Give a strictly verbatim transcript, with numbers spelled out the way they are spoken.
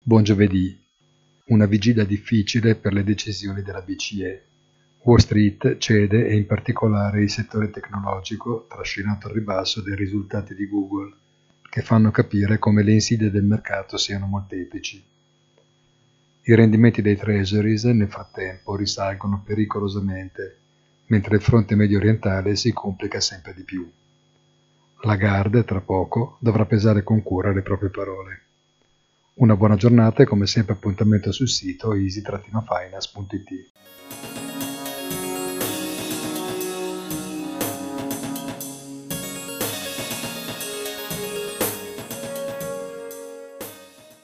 Buon giovedì. Una vigilia difficile per le decisioni della B C E. Wall Street cede e in particolare il settore tecnologico trascinato al ribasso dai risultati di Google, che fanno capire come le insidie del mercato siano molteplici. I rendimenti dei treasuries nel frattempo risalgono pericolosamente, mentre il fronte medio orientale si complica sempre di più. Lagarde, tra poco, dovrà pesare con cura le proprie parole. Una buona giornata e come sempre appuntamento sul sito easy dash finance punto it.